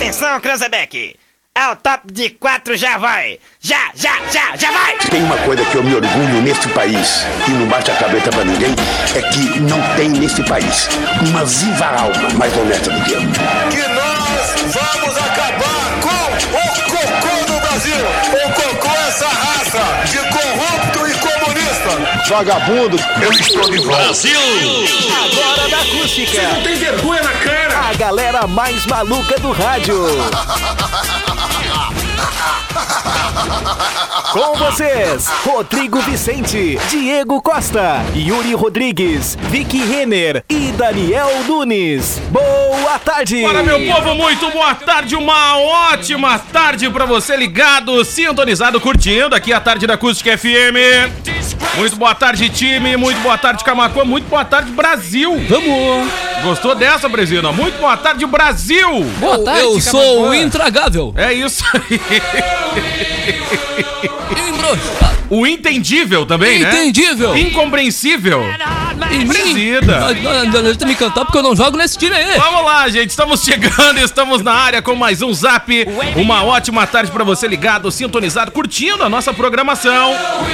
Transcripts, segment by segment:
Atenção, Cranzebeck! É o top de 4, já vai! Já vai! Tem uma coisa que eu me orgulho neste país, e não bate a cabeça pra ninguém, é que não tem neste país uma viva alma mais honesta do que eu. Que nós vamos acabar com o cocô do Brasil! O cocô é essa raça de corrupto e comunista! Vagabundo, eu estou de volta. Brasil! Agora da acústica! Você não tem vergonha na cara! A galera mais maluca do rádio! Com vocês, Rodrigo Vicente, Diego Costa, Yuri Rodrigues, Vicky Renner e Daniel Nunes. Boa tarde! Para meu povo, muito boa tarde, uma ótima tarde pra você ligado, sintonizado, curtindo aqui a tarde da Acústica FM. Muito boa tarde, time, muito boa tarde, Camacuã, muito boa tarde, Brasil. Vamos! Gostou dessa, Bresina? Muito boa tarde, Brasil. Boa tarde, eu sou o intragável. É isso aí. Embroxado. O entendível também, Entendível. né? Incompreensível. Presida. Não me cantar porque eu não jogo nesse time aí. Vamos lá, gente, estamos chegando, estamos na área com mais um Zap. Uma ótima tarde pra você ligado, sintonizado, curtindo a nossa programação.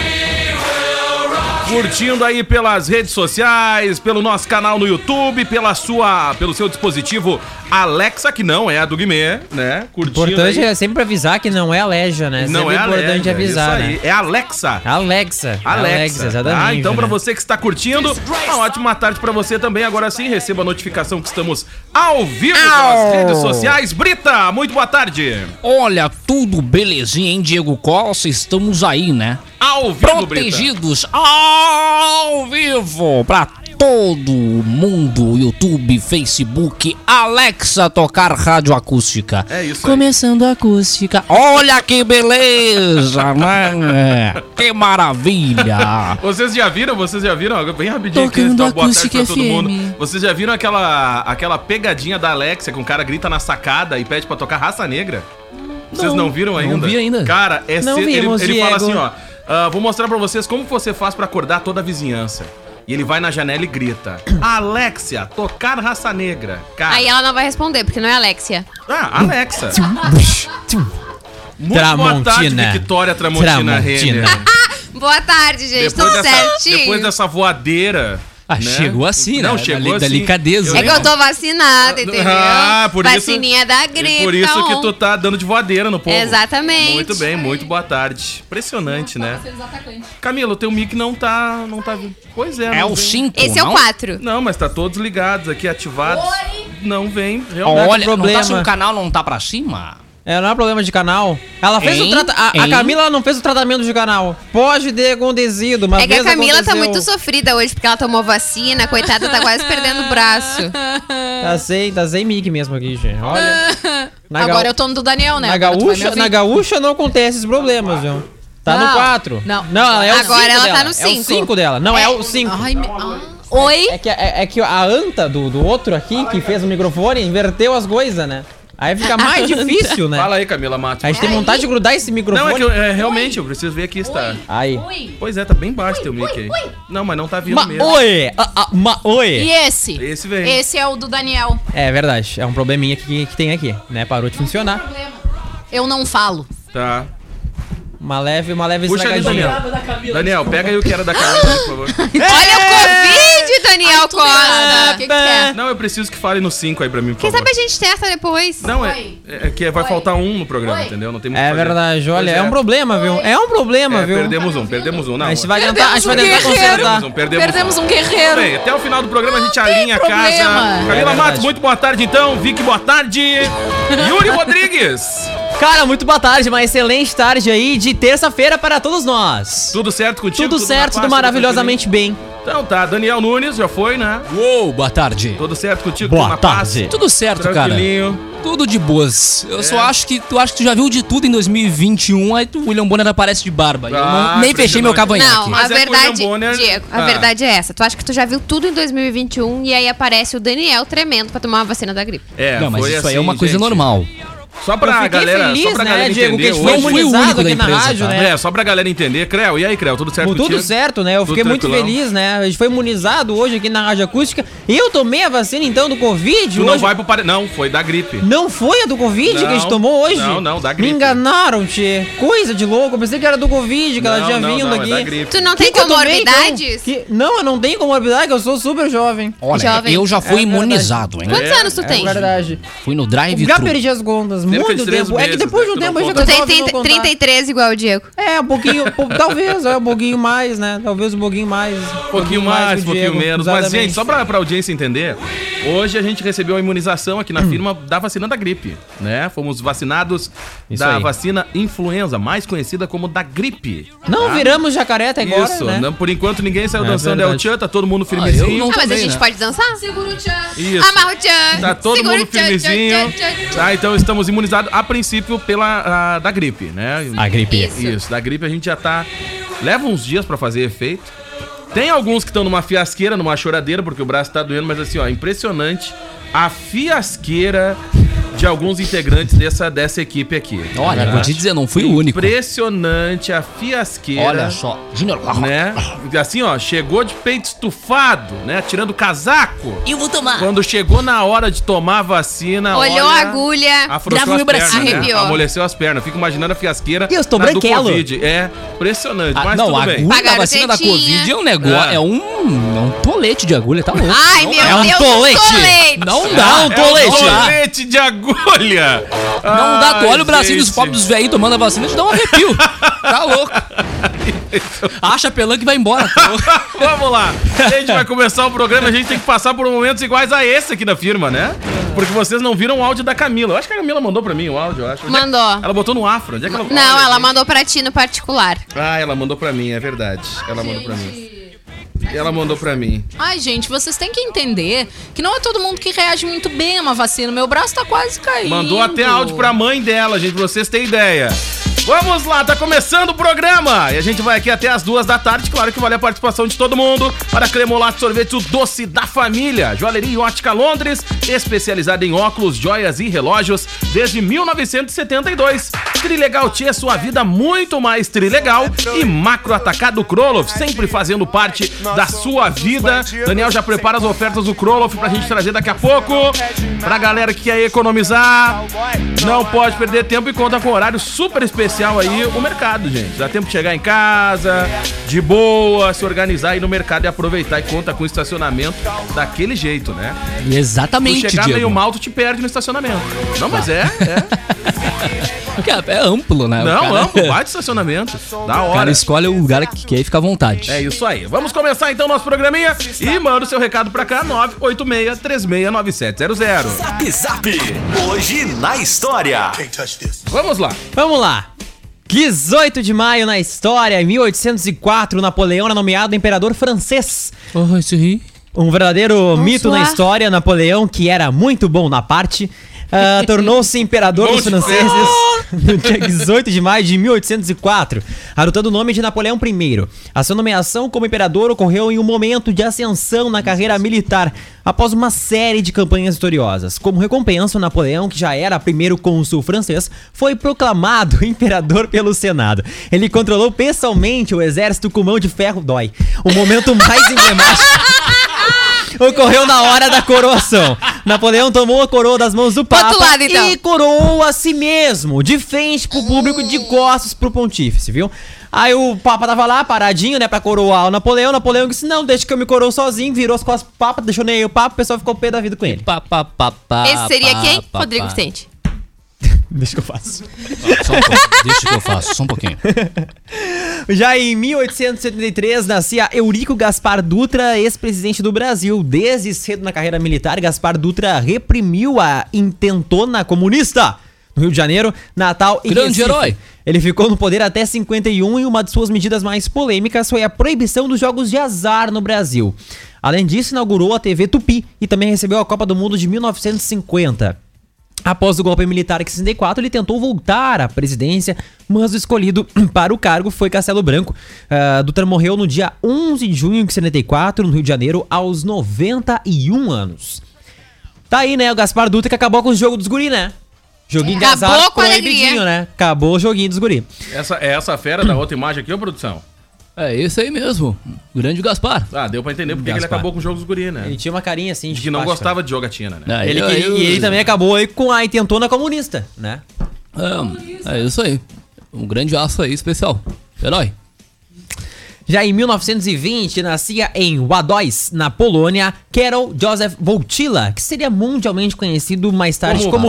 Curtindo aí pelas redes sociais, pelo nosso canal no YouTube, pelo seu dispositivo Alexa, que não é a do Guimê, né? Curtindo Importante aí. é sempre avisar que não é Alexa, né? Não sempre é importante Alexa, avisar, isso aí. né? É Alexa. Alexa, exatamente. Tá? Então, pra né? você que está curtindo, uma ótima tarde pra você também. Agora sim, receba a notificação que estamos ao vivo pelas redes sociais. Brita, muito boa tarde. Olha, tudo belezinha, hein, Diego Costa? Estamos aí, né? Ao vivo, Brita. Protegidos ao vivo pra todo mundo, YouTube, Facebook, Alexa tocar rádio acústica. É isso aí. Começando a acústica. Olha que beleza, né? Que maravilha. Vocês já viram, bem rapidinho aqui, Tocando então, boa tarde Acústica pra todo FM. mundo. Vocês já viram aquela pegadinha da Alexia, que um cara grita na sacada e pede pra tocar Raça Negra? Vocês não viram ainda? Não vi ainda. Cara, Não ele vimos, fala Diego. assim, ó, vou mostrar pra vocês como você faz pra acordar toda a vizinhança. E ele vai na janela e grita: Alexia, tocar Raça Negra. Cara, Aí ela não vai responder, porque não é Alexia. Alexa. Muito Tramontina. boa tarde, Victoria Tramontina Renner. Boa tarde, gente. Tudo certinho? Depois dessa voadeira. Ah, né? chegou assim, né? Não, chegou assim. Delicadeza. É que eu tô vacinada, entendeu? Por isso. Vacininha da gripe. Por isso então. que tu tá dando de voadeira no povo. Exatamente. Muito bem, muito boa tarde. Impressionante, né? Camila, o teu mic não tá vindo. Pois é. É não o vem. 5, Esse é o 4. Não, mas tá todos ligados aqui, ativados. Não vem, realmente. Olha, problema. não tá se o canal não tá pra cima? Não é problema de canal. Ela fez Hein? o tratamento. A Hein? Camila ela não fez o tratamento de canal. Pode ter acontecido, mas É que a Camila tá muito sofrida hoje, porque ela tomou vacina, coitada, tá quase perdendo o braço. Tá sem mic mesmo aqui, gente. Olha. Agora eu tô no do Daniel, né? Na Agora tu vai me gaúcha, ouvir. na gaúcha não acontece esses problemas, viu? Tá no Não, 4. não. Não, é o 5 Agora dela. ela tá no É o 5. 5 dela. Não, é o 5. Ai, Oi? É que a anta do outro aqui, que fez o microfone, inverteu as coisas, né? Aí fica mais difícil, né? Fala aí, Camila Matos. A gente tem vontade de grudar esse microfone. Não, é que realmente, eu preciso ver aqui se tá. Aí. Pois é, tá bem baixo teu mic aí. Não, mas não tá vindo mesmo. Oi! E esse? Esse vem. Esse é o do Daniel. É verdade, é um probleminha que tem aqui, né? Parou de funcionar. Eu não falo. Tá. Uma leve Puxa ali, estragadinha. Daniel. Daniel, pega aí o que era da Camila, por favor. Olha o Covid, Daniel Tudo errado. O Costa. que que quer? Não, eu preciso que fale no 5 aí pra mim, por Quem favor. sabe a gente testa depois. Não, é que vai faltar um no programa, Oi. entendeu? Não tem muito o É que fazer. verdade, olha, Pois é um problema, viu? É um problema, viu? Perdemos um. Não, A gente vai tentar consertar. Perdemos um guerreiro. Bem, até o final do programa a gente alinha a problema. casa. É Camila verdade. Matos, muito boa tarde então. Vicky, boa tarde. Yuri Rodrigues. Cara, muito boa tarde, uma excelente tarde aí de terça-feira para todos nós. Tudo certo contigo? Tudo certo, na tudo paz, maravilhosamente bem. Então tá, Daniel Nunes já foi, né? Uou, boa tarde. Tudo certo contigo? Boa tudo na tarde. paz? Tudo certo, cara. Tranquilinho. Tudo de boas. Eu só acho que tu já viu de tudo em 2021, aí o William Bonner aparece de barba. Eu nem fechei meu cavanhaque. Não, Mas a é que o verdade, William Bonner- Diego, a Ah. verdade é essa. Tu acha que tu já viu tudo em 2021 e aí aparece o Daniel tremendo pra tomar uma vacina da gripe. É, Não, mas foi isso aí assim, é uma coisa gente. normal. Só pra galera, feliz, só pra galera Diego, entender que hoje. foi imunizado aqui na rádio, né? É, só pra galera entender. Creu, e aí, Creu, tudo certo Tudo contigo? certo, né? Eu Tudo fiquei muito tranquilão? feliz, né? A gente foi imunizado hoje aqui na Rádio Acústica. Eu tomei a vacina, então, do Covid Tu hoje. não vai pro Não, foi da gripe. Não foi a do Covid que a gente Não, tomou hoje? não, da Me gripe. enganaram, tchê. Coisa de louco. Eu pensei que era do Covid, que ela tinha vindo é aqui. da gripe. Tu não tem Que eu tomei, então? comorbidades? Não, eu não tenho comorbidade, que eu sou super jovem. Olha, Jovem. eu já fui É imunizado, hein? Quantos anos tu tem? É verdade. Fui no Já drive-thru. perdi as contas, Cerca de muito 3 tempo. É que meses, depois de né, um que tempo tu a gente não Tu tem resolve não contar. 33 igual o Diego. É, um pouquinho, talvez, um pouquinho mais, né? Talvez um pouquinho mais. Um pouquinho mais, um que o pouquinho Diego, menos. Mas, exatamente. gente, só pra audiência entender, hoje a gente recebeu a imunização aqui na firma da vacina da gripe, né? Fomos vacinados Isso da aí. vacina influenza, mais conhecida como da gripe. Não, tá? viramos jacaré até agora, Isso, né? não, por enquanto ninguém saiu É dançando verdade. El Tchan, tá todo mundo eu firmezinho. não Ah, mas a também, gente né? pode dançar? Segura o tchan. Isso. Amarra o tchan. Tá todo Segura mundo o tchan, firmezinho. tchan, tchan, tchan. Tá, então estamos imunizados a princípio pela da gripe, né? A gripe. Isso, da gripe a gente já tá. Leva uns dias pra fazer efeito. Tem alguns que estão numa fiasqueira, numa choradeira, porque o braço tá doendo, mas assim, ó, impressionante a fiasqueira de alguns integrantes dessa equipe aqui. Olha, Tá? vou te dizer, não fui o único. Impressionante a fiasqueira. Olha só. Júnior. Né? Assim, ó, chegou de peito estufado, né? Tirando o casaco. Eu vou tomar. Quando chegou na hora de tomar a vacina, Olhou olha, a agulha. afrouxou Grava as meu pernas, bracinho. né? Arrepiou. Amoleceu as pernas. Fico imaginando a fiasqueira Eu estou na do branquelo. Covid. É impressionante, Ah, mas não, tudo a bem. agulha da Pagaram vacina da tetinha. Covid é um negócio, Ah. é um tolete de agulha, tá louco. Ai, Não meu dá. É um Deus, tolete. Não dá, um É tolete. um Não dá. tolete de agulha. Não dá, tu olha o bracinho dos gente. pobres dos velhinhos tomando a vacina e te dá um arrepio. Tá louco. Acha pelã que vai embora. Tá louco. Vamos lá. A gente vai começar o programa, a gente tem que passar por momentos iguais a esse aqui da firma, né? Porque vocês não viram o áudio da Camila. Eu acho que a Camila mandou pra mim o áudio, eu acho. Onde é que- Mandou. Ela botou no afro. Onde é que ela... Não, Olha, ela gente. mandou pra ti no particular. Ah, ela mandou pra mim, é verdade. Ela mandou pra mim. Ela mandou pra mim. Ai, gente, vocês têm que entender que não é todo mundo que reage muito bem a uma vacina. Meu braço tá quase caindo. Mandou até áudio pra mãe dela, gente, pra vocês terem ideia. Vamos lá, tá começando o programa. E a gente vai aqui até as 2 da tarde. Claro que vale a participação de todo mundo. Para Cremolato Sorvete, o doce da família. Joalheria e Ótica Londres, especializada em óculos, joias e relógios desde 1972. Trilegal Tia, sua vida muito mais trilegal. E Macro Atacado Kroloff, sempre fazendo parte da sua vida. Daniel já prepara as ofertas do Kroloff pra gente trazer daqui a pouco. Pra galera que quer economizar, não pode perder tempo e conta com horário super especial aí o mercado, gente. Dá tempo de chegar em casa, de boa, se organizar aí no mercado e aproveitar e conta com estacionamento daquele jeito, né? Tu Exatamente, chegar Diego. meio mal, tu te perde no estacionamento. Não, mas é. Porque é amplo, né? O Não, cara- amplo, vai de estacionamento. Da O cara hora. escolhe o lugar que quer e fica à vontade. É isso aí. Vamos começar então nosso programinha e manda o seu recado pra cá, 986-369700. Zap Zap. Hoje na história. Vamos lá. Vamos lá. 18 de maio na história, em 1804, Napoleão era nomeado imperador francês. Oh, esse ri. Um verdadeiro mito na suar. história, Napoleão, que era muito bom na parte, tornou-se imperador Bom dos de franceses no dia 18 de maio de 1804, adotando o nome de Napoleão I. A sua nomeação como imperador ocorreu em um momento de ascensão na carreira militar, após uma série de campanhas vitoriosas. Como recompensa, Napoleão, que já era primeiro cônsul francês, foi proclamado imperador pelo Senado. Ele controlou pessoalmente o exército com mão de ferro dói. O momento mais emblemático ocorreu na hora da coroação. Napoleão tomou a coroa das mãos do Papa outro lado, então. e coroou a si mesmo, de frente pro público, de costas pro pontífice, viu? Aí o Papa tava lá, paradinho, né, pra coroar o Napoleão. O Napoleão disse, não, deixa que eu me coroo sozinho. Virou as costas pro Papa, deixou nem aí o Papa, o pessoal ficou pé da vida com ele. Esse seria quem? Rodrigo Vicente. Deixa que eu faço. Só um pouquinho. Deixa que eu faço, só um pouquinho. Já em 1873, nascia Eurico Gaspar Dutra, ex-presidente do Brasil. Desde cedo na carreira militar, Gaspar Dutra reprimiu a intentona comunista no Rio de Janeiro, Natal e Grande Recife. herói. Ele ficou no poder até 51 e uma de suas medidas mais polêmicas foi a proibição dos jogos de azar no Brasil. Além disso, inaugurou a TV Tupi e também recebeu a Copa do Mundo de 1950. Após o golpe militar em 64, ele tentou voltar à presidência, mas o escolhido para o cargo foi Castelo Branco. Dutra morreu no dia 11 de junho de 74, no Rio de Janeiro, aos 91 anos. Tá aí, né, o Gaspar Dutra que acabou com o jogo dos guri, né? Joguinho de Acabou azar com a alegria. proibidinho, né? Acabou o joguinho dos guri. Essa fera da outra imagem aqui, ô produção? É esse aí mesmo. O grande Gaspar. Ah, deu pra entender porque que ele Gaspar. acabou com o jogo dos guri, né? Ele tinha uma carinha assim De que não simpática. gostava de jogatina, né? É, E ele também acabou aí com a intentona comunista, né? É isso aí. Um grande aço aí especial. Herói. Já em 1920, nascia em Ładoś, na Polônia, Karol Józef Wojtyła, que seria mundialmente conhecido mais tarde como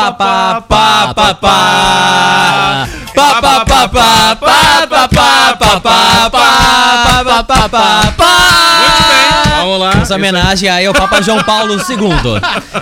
Muito bem, vamos lá. Essa homenagem aí ao Papa João Paulo II.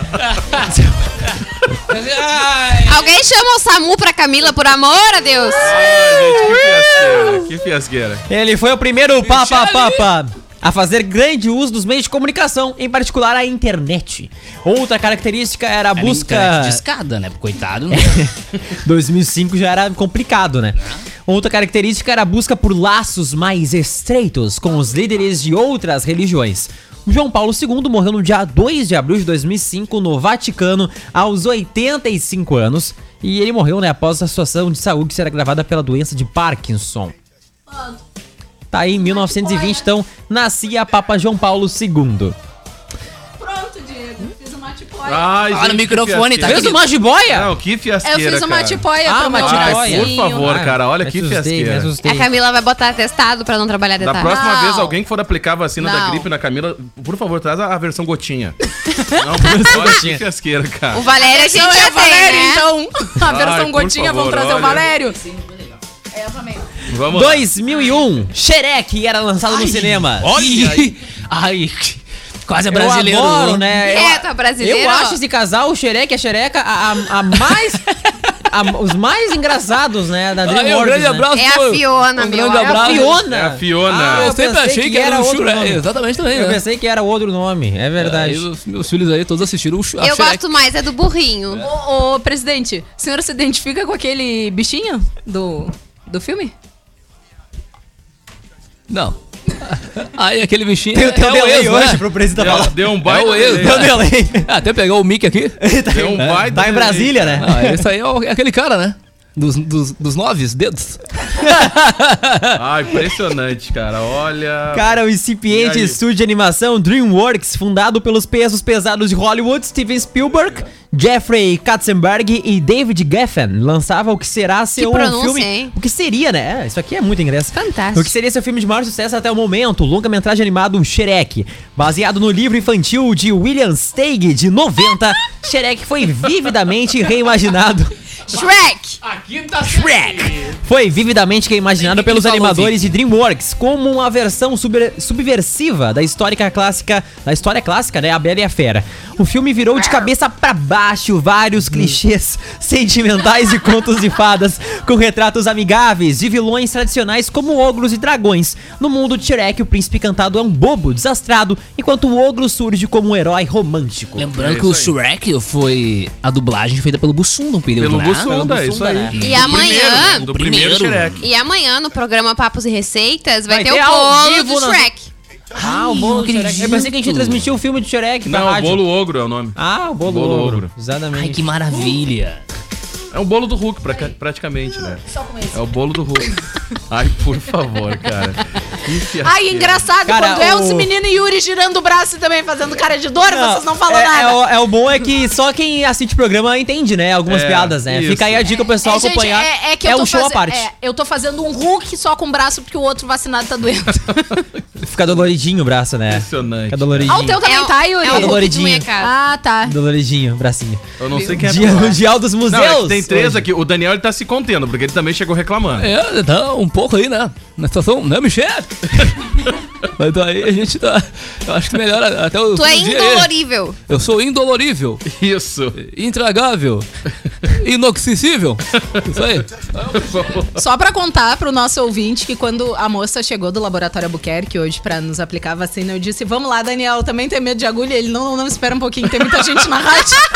Alguém chama o SAMU pra Camila, por amor a Deus. Ai, gente, que fiasqueira. Ele foi o primeiro Papa a fazer grande uso dos meios de comunicação, em particular a internet. Outra característica era a busca... De escada, né? Coitado, né? 2005 já era complicado, né? Outra característica era a busca por laços mais estreitos com os líderes de outras religiões. João Paulo II morreu no dia 2 de abril de 2005 no Vaticano, aos 85 anos. E ele morreu, né, após a situação de saúde ser agravada pela doença de Parkinson. Tá aí, em 1920, então, nascia Papa João Paulo II. Pronto, Diego. Fiz uma tipóia. Ai, no microfone, tá? Fez uma jiboia? Não, que fiasqueira, Eu fiz uma cara. tipóia Ah, pro uma meu tipóia. Ai, bracinho. por favor, cara, olha Me que assustei, me fiasqueira. assustei. A Camila vai botar atestado pra não trabalhar de Da tarde. próxima Não. vez, alguém que for aplicar a vacina da Não. gripe na Camila, por favor, traz a versão gotinha. Não, olha que fiasqueira, cara. O Valério a gente Não, já é o Valério, tem, né? então. A versão por gotinha, favor, vamos trazer olha. o Valério. É, eu também. Vamos lá. 2001, Shrek era lançado no cinema. Olha aí. Ai, quase é brasileiro. Eu adoro, né? É, tá brasileiro. Eu acho esse casal, o Shrek e a Xereca, a mais... os mais engraçados, né? Da Aí, DreamWorks, um grande né? abraço. É a Fiona, um meu. grande É a abraço. Fiona. É a Fiona. Eu sempre pensei achei que era o outro Shrek. nome. Exatamente também, Eu né? pensei que era outro nome, é verdade. Aí os meus filhos aí todos assistiram o Eu gosto mais, é do burrinho. Ô, presidente, o senhor se identifica com aquele bichinho do filme? Não. Aí aquele bichinho Tem o delay Ezo, hoje né? pro presidente falar. Deu um baita É o Ezo. delay. Deu delay. Até pegou o mic aqui. Deu um baita Tá em delay. Brasília, né? Ah, esse aí é aquele cara, né? Dos 9 dedos. Ah, impressionante, cara. Olha. Cara, o incipiente E aí? estúdio de animação DreamWorks, fundado pelos pesos pesados de Hollywood, Steven Spielberg, Jeffrey Katzenberg e David Geffen, lançava o que será seu pronúncia, filme... hein? O que seria, né? Isso aqui é muito ingresso. Fantástico. O que seria seu filme de maior sucesso até o momento, o longa-metragem animado Shrek. Baseado no livro infantil de William Steig, de 90, Shrek foi vividamente reimaginado... Shrek! Shrek foi vividamente reimaginado pelos animadores de DreamWorks como uma versão subversiva da história clássica, né, A Bela e a Fera. O filme virou de cabeça pra baixo vários clichês sentimentais e contos de fadas, com retratos amigáveis de vilões tradicionais como ogros e dragões. No mundo de Shrek, o príncipe encantado é um bobo desastrado, enquanto o ogro surge como um herói romântico. Lembrando É que o isso Shrek foi a dublagem feita pelo Bussunda um período, Pelo né? Bussunda, é isso aí. né? E amanhã, Do primeiro Shrek. e amanhã no programa Papos e Receitas vai ter o ao bolo vivo do na- Shrek. Ah, o bolo do Shrek. Eu pensei que a gente transmitiu o filme de Shrek pra Não, o rádio. bolo ogro é o nome. Ah, o bolo, Bolo ogro. ogro. Exatamente. Ai, que maravilha. É um bolo do Hulk, praticamente, né? É o bolo do Hulk. Ai, por favor, cara. Que fiasqueira. Ai, engraçado, Cara, quando é o o- menino e Yuri girando o braço e também fazendo cara de dor, vocês não falam nada. O bom é que só quem assiste o programa entende, né? Algumas É, piadas, né? isso. Fica aí a dica pro pessoal gente, acompanhar. é que eu tô um show à faze- parte. eu tô fazendo um Hulk só com o braço porque o outro vacinado tá doendo. Fica doloridinho o braço, né? Impressionante. Fica doloridinho. Ah, o teu também tá, Yuri? É um Hulk de Doloridinho. unha, cara. Ah, tá. Doloridinho, o bracinho. Eu não sei quem é. Dia Mundial dos Não, Museus. é que tem três hoje. aqui. O Daniel ele tá se contendo, porque ele também chegou reclamando. É, tá um pouco aí, né? Na situação, né, Michel? Mas daí a gente tá. Eu acho que melhor até o. Tu é dia indolorível. Eu sou indolorível, Isso. intragável, inoxicível. Isso aí. Só pra contar pro nosso ouvinte que quando a moça chegou do Laboratório Albuquerque hoje pra nos aplicar a vacina, eu disse, vamos lá, Daniel, também tem medo de agulha? Ele, não espera um pouquinho, tem muita gente na rádio.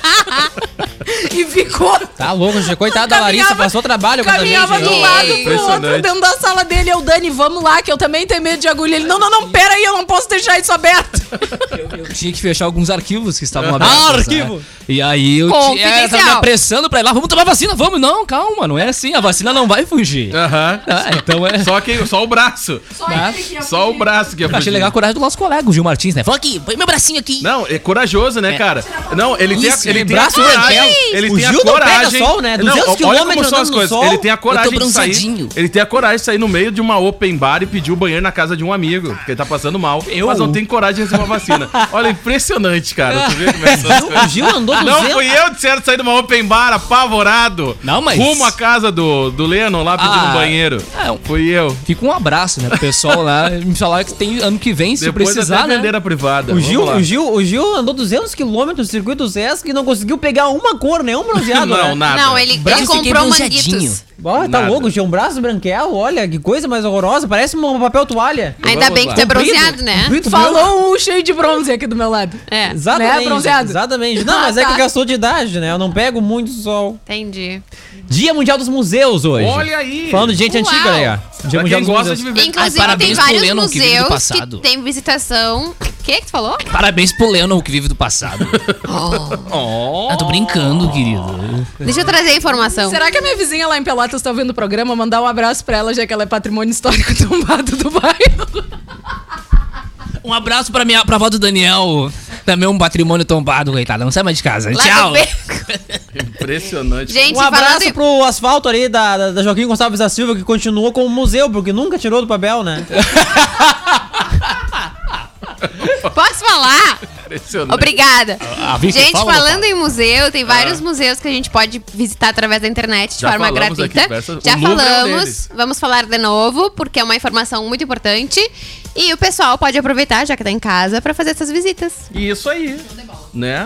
E ficou. Tá louco, coitado da Larissa, passou trabalho com essa gente. Caminhava de um lado pro outro Impressionante. dentro da sala dele. Eu, Dani, vamos lá, que eu também tenho medo de agulha. Ele, não, pera aí, eu não posso deixar isso aberto. Eu tinha que fechar alguns arquivos que estavam abertos. Ah, né? arquivo! E aí eu Confidencial. tava me apressando pra ir lá, vamos tomar vacina, vamos. Não, calma, não é assim, a vacina não vai fugir. Aham. Então é... Só o braço. Só o braço que ia Eu achei fugir. legal a coragem do nosso colega, o Gil Martins, né? Fala aqui, põe meu bracinho aqui. Não, é corajoso, né, cara? Não, ele tem a, Isso, ele é tem a braço coragem. branquelo. Ele O tem a Gil não pega coragem. sol, né? 200 Não, olha como quilômetros são as andando no coisas. sol. Ele tem a coragem de sair. bronzeadinho. Ele tem a coragem de sair no meio de uma open bar e pedir o banheiro na casa de um amigo, porque ele tá passando mal. Mas não tem coragem de receber uma vacina. Olha, impressionante, cara. Tu vê como é que são as O coisas. Gil andou 200... Não fui eu, disseram sair de uma open bar apavorado. Não, mas- Rumo à casa do Lennon lá pedindo Ah, banheiro. é, Fui eu. Fica um abraço, né, pro pessoal lá. Me falaram que tem ano que vem, se Depois precisar, até né? vender a privada. O Gil, Vamos lá. o Gil andou 200 quilômetros no circuito Sesc e não conseguiu pegar uma cor, nenhum bronzeado, Não, né? nada. Não, ele Braço fiquei comprou bronzeadinho. manguitos. Tá Nada. louco, Gil, um braço branquelo, olha, que coisa mais horrorosa, parece um papel toalha. Ainda Vamos bem lá. que tu é bronzeado, né? Comprido, Falou um cheio de bronze aqui do meu lado. É, Exatamente, Né, bronzeado? exatamente. Não, mas é tá. que eu sou de idade, né? Eu não pego muito sol. entendi. Dia Mundial dos Museus hoje. Olha aí. Falando de gente Uau. antiga, aí, ó. Dia Pra Mundial quem dos gosta de Museus. viver. Inclusive, parabéns tem pro vários Lennon que vive do museus que passado. tem visitação. O que tu falou? Parabéns pro Lennon, que vive do passado. Oh. Eu tô brincando, querido. Deixa eu trazer a informação. Será que a minha vizinha lá em Pelotas tá ouvindo o programa? Mandar um abraço pra ela, já que ela é patrimônio histórico tombado do bairro. Um abraço pra avó do Daniel. Também um patrimônio tombado, coitada. Não sai mais de casa. Lá Tchau. do Beco. Impressionante. Gente, Um abraço falando pro asfalto ali da Joaquim Gonçalves da Silva, que continuou como museu, porque nunca tirou do papel, né? Posso falar? Impressionante. Obrigada. Vicky, Gente, fala, falando em museu, tem vários museus que a gente pode visitar através da internet de Já forma falamos gratuita. aqui, peça- Já o Louvre é um falamos, deles. vamos falar de novo, porque é uma informação muito importante. E o pessoal pode aproveitar, já que tá em casa, pra fazer essas visitas. Isso aí. Né?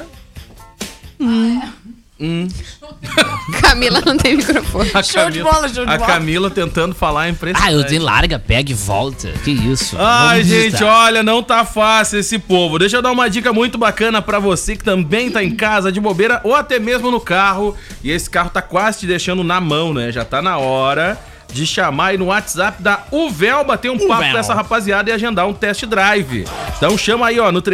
Camila não tem microfone. Show de bola, show de bola. A Camila tentando falar é impressionante. Ah, eu tenho larga, pega e volta. Que isso. Ai, Vamos gente, visitar. olha, não tá fácil esse povo. Deixa eu dar uma dica muito bacana pra você que também tá em casa de bobeira ou até mesmo no carro. E esse carro tá quase te deixando na mão, né? Já tá na hora de chamar aí no WhatsApp da Uvel, bater um papo com essa rapaziada e agendar um test drive. Então chama aí, ó, no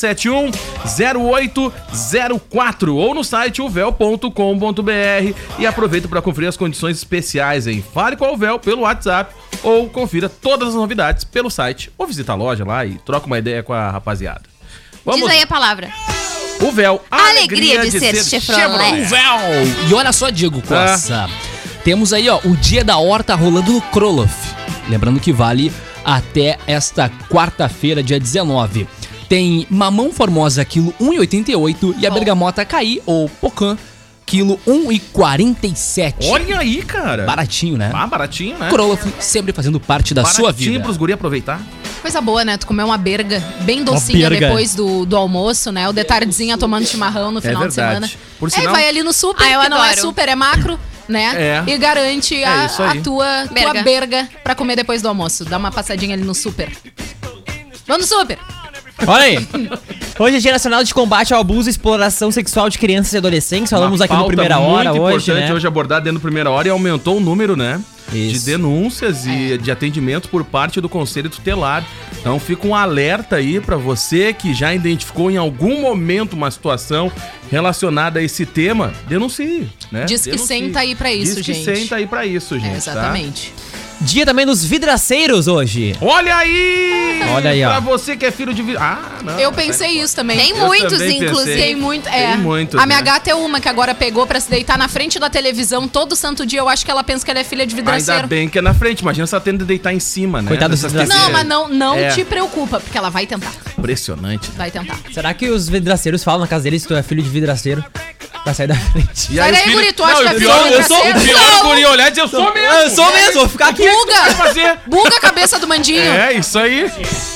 3671-0804 ou no site uvel.com.br e aproveita para conferir as condições especiais, hein? Fale com a Uvel pelo WhatsApp ou confira todas as novidades pelo site ou visita a loja lá e troca uma ideia com a rapaziada. Diz aí a palavra. Uvel, Alegria de ser Chevrolet. Uvel. E olha só, Diego Costa. Temos aí, ó, o Dia da Horta rolando no Kroloff. Lembrando que vale até esta quarta-feira, dia 19. Tem mamão formosa, quilo 1,88 e a bergamota caí, ou pocã, quilo 1,47. Olha aí, cara. Baratinho, né? Ah, baratinho, né? Kroloff sempre fazendo parte da sua Baratinho vida. pros guri aproveitar. Coisa boa, né? Tu comer uma berga bem docinha berga. depois do almoço, né? O de tardezinha tomando chimarrão no final de verdade. semana. Por Aí sinal- vai ali no super, Ah, eu que não é adoro. super, é macro, né? É. E garante isso a aí. tua Berga. berga pra comer depois do almoço. Dá uma passadinha ali no super. Vamos no super! Olha aí. Hoje é Dia Nacional de Combate ao Abuso e Exploração Sexual de Crianças e Adolescentes. Falamos Uma aqui no pauta Primeira Hora muito hoje, importante né? hoje abordada dentro do Primeira Hora e aumentou o número, né? De Isso. denúncias e de atendimentos por parte do Conselho Tutelar. Então fica um alerta aí pra você que já identificou em algum momento uma situação relacionada a esse tema, denuncie, né? Diz que Denuncie. senta aí pra isso, Diz que gente. senta aí pra isso, gente, É, exatamente. Dia também dos vidraceiros hoje. Tá? Olha aí! Olha aí, ó. Pra você que é filho de... não. Eu pensei isso também. Tem Eu muitos, também inclusive. pensei. Tem muito, Tem muitos, A minha né? gata é uma que agora pegou pra se deitar na frente da televisão todo santo dia. Eu acho que ela pensa que ela é filha de vidraceiro. Ainda bem que é na frente. Imagina se ela tendo de deitar em cima, né? Coitado Dessas dos Não, TVs. mas não É. te preocupa, porque ela vai tentar. Impressionante. Vai tentar. Será que os vidraceiros falam na casa deles que tu é filho de vidraceiro? Pra sair da frente. E Sai os daí, filhos- guri, tu acha Não, que e é o pior, filho de vidraceiro? o pior é o guri olhar e dizer, eu sou mesmo. Eu sou mesmo, vou ficar aqui. Vai fazer. Buga a cabeça do mandinho. É, isso aí.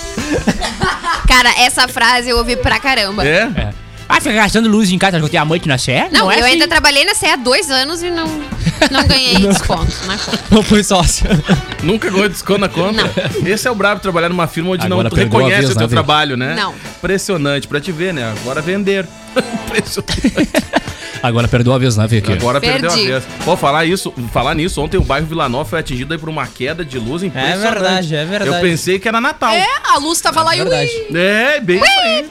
Cara, essa frase eu ouvi pra caramba. É. Ah, fica gastando luz em casa, eu a noite na Sé? Não, é eu assim. ainda trabalhei na CE há 2 anos e não ganhei desconto na conta. Não fui sócio. Nunca ganhou desconto na conta. Esse é o brabo, trabalhar numa firma onde Agora não tu perdeu a reconhece vez, o teu né, Vicky? trabalho, né? Não. Impressionante pra te ver, né? Agora vender. Agora perdeu a vez, né, Vicky? Agora perdeu a Perdi. vez. Pô, falar nisso, ontem o bairro Vila Nova foi atingido aí por uma queda de luz impressionante. É verdade. Eu pensei que era Natal. É, a luz tava lá e verdade. ui. É, bem isso aí.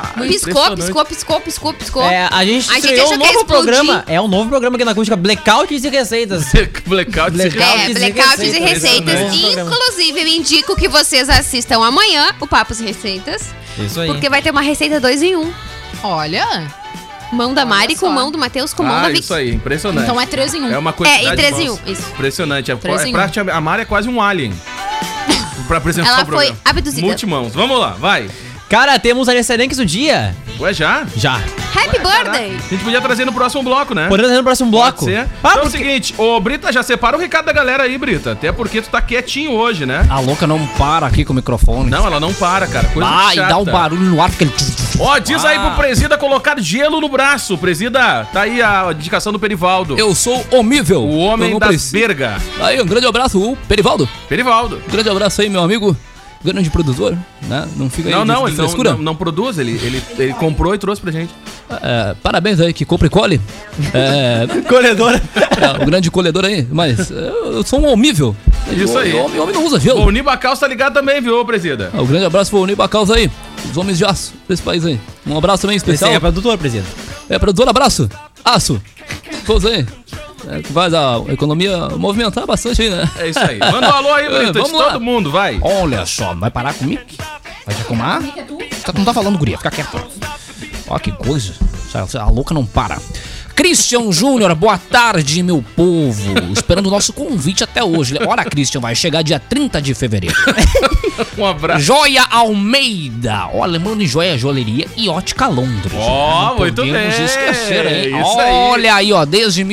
Piscou. A gente A gente estreou achou um que ia novo explodir. programa. É um novo programa aqui na Acústica, Blackouts e Receitas. Blackout. Blackouts e receitas. Bom programa. Inclusive, eu indico que vocês assistam amanhã o Papos e Receitas. Isso aí. Porque vai ter uma receita 2 em 1. Olha. Mão da Mari com só. mão do Matheus com mão da Vicky. Isso aí, impressionante. Então é 3 em 1. É uma quantidade e 3 de em mãos. 1, isso. Impressionante. Três em um. A Mari é quase um alien. Pra apresentar Ela o programa. foi abduzida. Multimãos. Vamos lá, vai. Cara, temos aniversariantes do dia. Ué, já? Já. Happy birthday! A gente podia trazer no próximo bloco, né? Podemos fazer no próximo bloco. Pode ser. Ah, Então é o porque... seguinte, ô Brita, já separa o recado da galera aí, Brita. Até porque tu tá quietinho hoje, né? A louca não para aqui com o microfone. Não, ela não para, cara. Coisa Ah, e chata. dá um barulho no ar porque ele... Ó, diz aí pro Presida colocar gelo no braço. Presida, tá aí a indicação do Perivaldo. Eu sou omível. O homem Eu não das preciso. berga. Aí, um grande abraço, o Perivaldo. Perivaldo. Um grande abraço aí, meu amigo. Grande produtor, né? Não fica aí Não, de ele frescura. não produz, ele comprou e trouxe pra gente. É, parabéns aí, que compra e colhe. É, Colhedora. o grande colhedor aí. Mas eu sou um omível. Isso aí. O homem não usa gelo. O Nibacal tá ligado também, viu, Presida? Um grande abraço pro Unibacaus aí. Os homens de aço desse país aí. Um abraço também Esse especial. aí é produtor, presidente. É, produtor, abraço. Aço. Todos aí. Que faz a economia movimentar bastante aí, né? É isso aí. Manda um alô aí, Brita, de vamos lá. todo mundo, vai. Olha só, vai parar comigo? Vai reclamar? Não tá falando, guria, fica quieto. Ó, que coisa. A louca não para. Christian Júnior, boa tarde, meu povo. Esperando o nosso convite até hoje. Olha, Christian, vai chegar dia 30 de fevereiro. Um abraço. Joia Almeida. Ó, lembrando de Joia Joalheria e Ótica Londres. Ó, Não muito podemos bem. esquecer, hein? Isso aí. Olha aí, ó, desde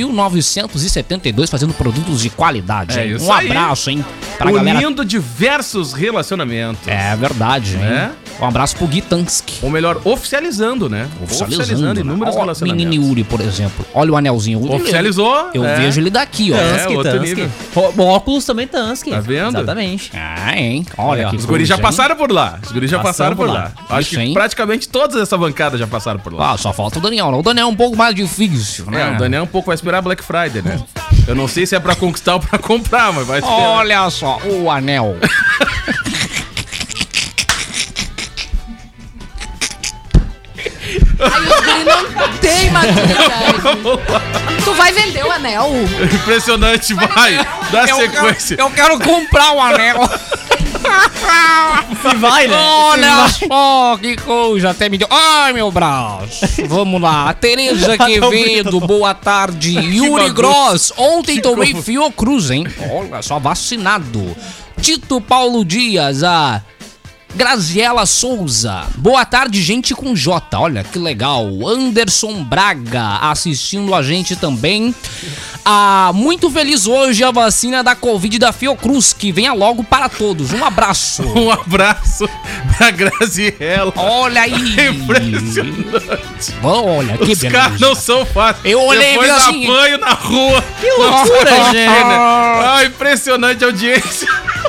1972 fazendo produtos de qualidade. É hein? isso Um aí. abraço, hein? Pra galera. Unindo diversos relacionamentos. É verdade, hein? É? Um abraço pro Gitanski. Ou melhor, oficializando, né? Oficializando inúmeros Ó, relacionamentos. menino Yuri, por exemplo. Olha o anelzinho. Oficializou. Eu é. vejo ele daqui, ó. É, outro nível. Óculos também Tansky. Tá vendo? Exatamente. Ah, hein? Olha que Os guris já coisa, hein? passaram por lá. Os guris já passaram por lá. Acho Isso, que hein? praticamente todas essa bancada já passaram por lá. Ah, só falta o Daniel. O Daniel é um pouco mais difícil, né? É, o Daniel um pouco vai esperar Black Friday, né? Eu não sei se é pra conquistar ou pra comprar, mas vai esperar. Olha só, o anel. Aí os guri não tem maturidade. Tu vai vender o anel? Impressionante, vai. Dá sequência. Eu quero comprar o anel. Se vai, né? Olha só que coisa, até me deu. Ai, meu braço. Vamos lá. Tereza Quevedo, boa tarde. Yuri bagunça. Gross, ontem tomei Fiocruz, hein? Olha só, vacinado. Tito Paulo Dias, a Graziela Souza. Boa tarde, gente com J. Olha que legal. Anderson Braga assistindo a gente também. Muito feliz hoje a vacina da Covid da Fiocruz. Que venha logo para todos. Um abraço. Um abraço pra Graziella. Olha aí. Impressionante. Olha, que Os beleza. caras não são fáceis. Eu olhei Depois assim. apanho na rua. Que loucura, gente. Ah, impressionante a audiência.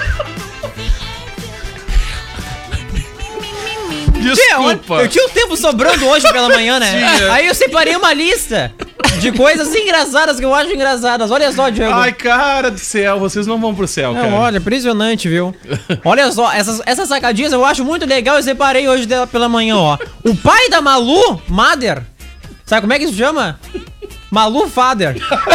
Desculpa. Eu tinha um tempo sobrando hoje pela manhã, né? Tinha. Aí eu separei uma lista de coisas engraçadas que eu acho engraçadas. Olha só, Diego. Ai, cara do céu, vocês não vão pro céu, cara. Não, olha, impressionante, viu? Olha só, essas sacadinhas eu acho muito legal. Eu separei hoje dela pela manhã, ó. O pai da Malu, Mother. Sabe como é que se chama? Malu Father.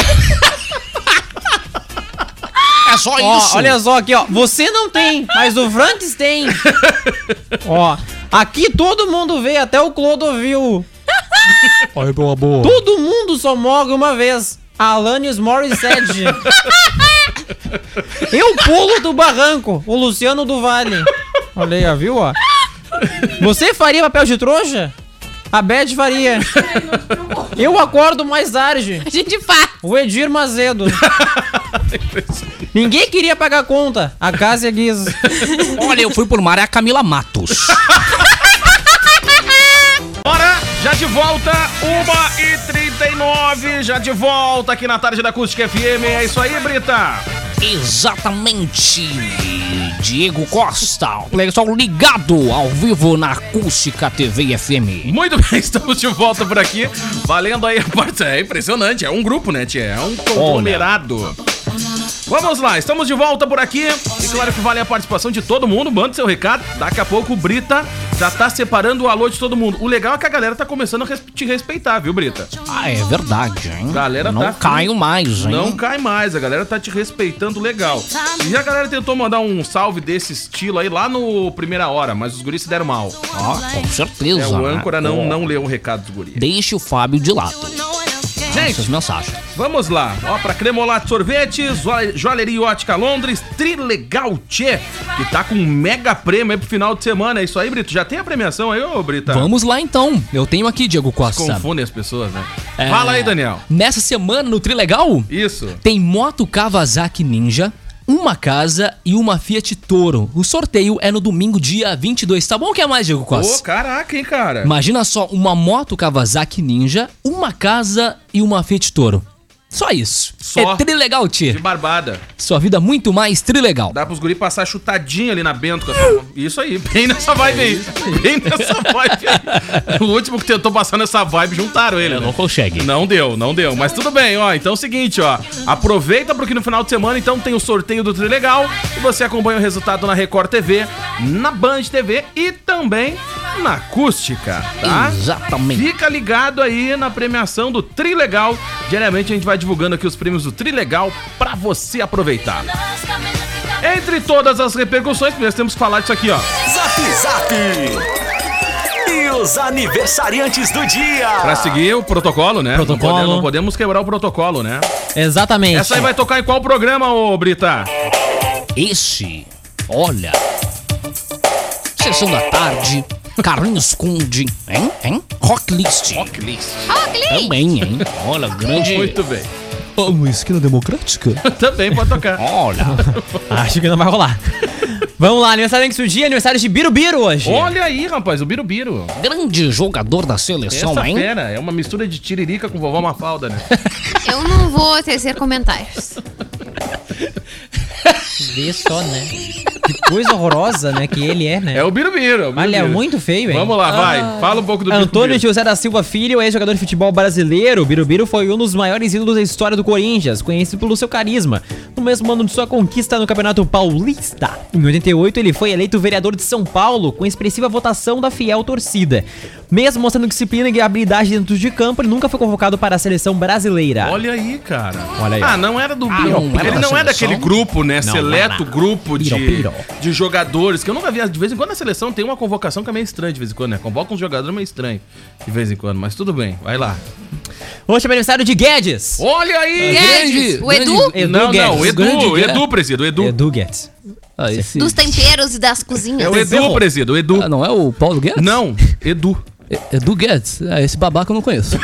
É só Ó, isso. olha só aqui, ó. Você não tem, mas o Franks tem. Ó, aqui todo mundo vê, até o Clodovil. Ai, boa, boa. Todo mundo só morre uma vez. Alanis Morissette. Eu pulo do barranco. O Luciano do Vale. Olha aí, ó, viu, ó? Você faria papel de trouxa? A Beth faria. Eu acordo mais tarde. A gente faz. O Edir Mazedo. Ninguém queria pagar conta. A Cássia Guiz. Olha, eu fui por mar, é a Camila Matos. Bora, já de volta, 1h39, já de volta aqui na tarde da Acústica FM. É isso aí, Brita. Exatamente. Diego Costa, o pessoal ligado ao vivo na Acústica TV FM. Muito bem, estamos de volta por aqui. Valendo aí a parte. É impressionante, é um grupo, né, tia? É um conglomerado. Vamos lá, estamos de volta por aqui. E claro que vale a participação de todo mundo. Manda seu recado. Daqui a pouco o Brita já tá separando o alô de todo mundo. O legal é que a galera tá começando a te respeitar, viu, Brita? Ah, é verdade, hein? Galera não tá caio mais, hein? Não cai mais, a galera tá te respeitando legal. E a galera tentou mandar um salve desse estilo aí lá no Primeira Hora, mas os guris se deram mal. Ah, com certeza. O âncora né? não leu o recado dos guris. Deixe o Fábio de lado. Gente, mensagens. Vamos lá. Ó, pra Cremolato Sorvetes, Joalheria Ótica Londres, Trilegal Tchê, que tá com um mega prêmio aí pro final de semana. É isso aí, Brito? Já tem a premiação aí, ô Brita? Vamos lá, então. Eu tenho aqui, Diego Costa. Confundem as pessoas, né? Fala aí, Daniel. Nessa semana, no Trilegal, isso, tem moto Kawasaki Ninja, uma casa e uma Fiat Toro. O sorteio é no domingo, dia 22. Tá bom? O que é mais, Diego Costa? Ô, caraca, hein, cara? Imagina só, uma moto Kawasaki Ninja, uma casa e uma Fiat Toro. Só isso. Só. É Trilegal, tia. De barbada. Sua vida muito mais Trilegal. Dá pros guri passar chutadinho ali na Bento. Isso aí, bem nessa vibe aí. Bem nessa vibe aí. O último que tentou passar nessa vibe, juntaram ele. Não consegue. Não deu. Mas tudo bem, ó. Então é o seguinte, ó. Aproveita porque no final de semana, então, tem o sorteio do Trilegal. E você acompanha o resultado na Record TV, na Band TV e também na Acústica, tá? Exatamente. Fica ligado aí na premiação do Trilegal. Diariamente a gente vai divulgando aqui os prêmios do Trilegal pra você aproveitar. Entre todas as repercussões, nós temos que falar disso aqui, ó. Zap Zap! E os aniversariantes do dia! Pra seguir o protocolo, né? Protocolo. Não podemos quebrar o protocolo, né? Exatamente. Essa aí vai tocar em qual programa, ô Brita? Esse, olha, Sessão da Tarde, Carlinhos Conde, hein? Rocklist. Também, hein? Olha, grande... Muito bem. Uma esquina democrática? Também pode tocar. Olha. Acho que não vai rolar. Vamos lá, aniversário do dia, aniversário de Birubiru hoje. Olha aí, rapaz, o Birubiru. Grande jogador da seleção, Essa hein? fera é uma mistura de tiririca com vovó Mafalda, né? Eu não vou tecer comentários. Vê só, né? Que coisa horrorosa, né? Que ele é, né? É o Birubiru. Mas ele é muito feio, hein? Vamos lá, vai. Fala um pouco do Antônio Birubiru. José da Silva Filho, ex-jogador de futebol brasileiro. Birubiru foi um dos maiores ídolos da história do Corinthians, conhecido pelo seu carisma. No mesmo ano de sua conquista no Campeonato Paulista, em 88, ele foi eleito vereador de São Paulo, com expressiva votação da fiel torcida. Mesmo mostrando disciplina e habilidade dentro de campo, ele nunca foi convocado para a seleção brasileira. Olha aí, cara. Olha aí. Ah, não era do... não era ele da não é seleção? daquele grupo, né? Não, Seleto não. grupo Piro. de jogadores, que eu nunca vi. De vez em quando na seleção tem uma convocação que é meio estranha de vez em quando, né? Convoca uns jogadores meio estranho de vez em quando, mas tudo bem. Vai lá. Hoje é aniversário de Guedes. Olha aí! Guedes, o Edu Não, Guedes. Edu, presídio, Edu. Edu Guedes. Ah, esse... dos temperos e das cozinhas. É o Edu, presídio, o Edu. Ah, não é o Paulo Guedes? Não, Edu. Edu Guedes? Esse babaca eu não conheço.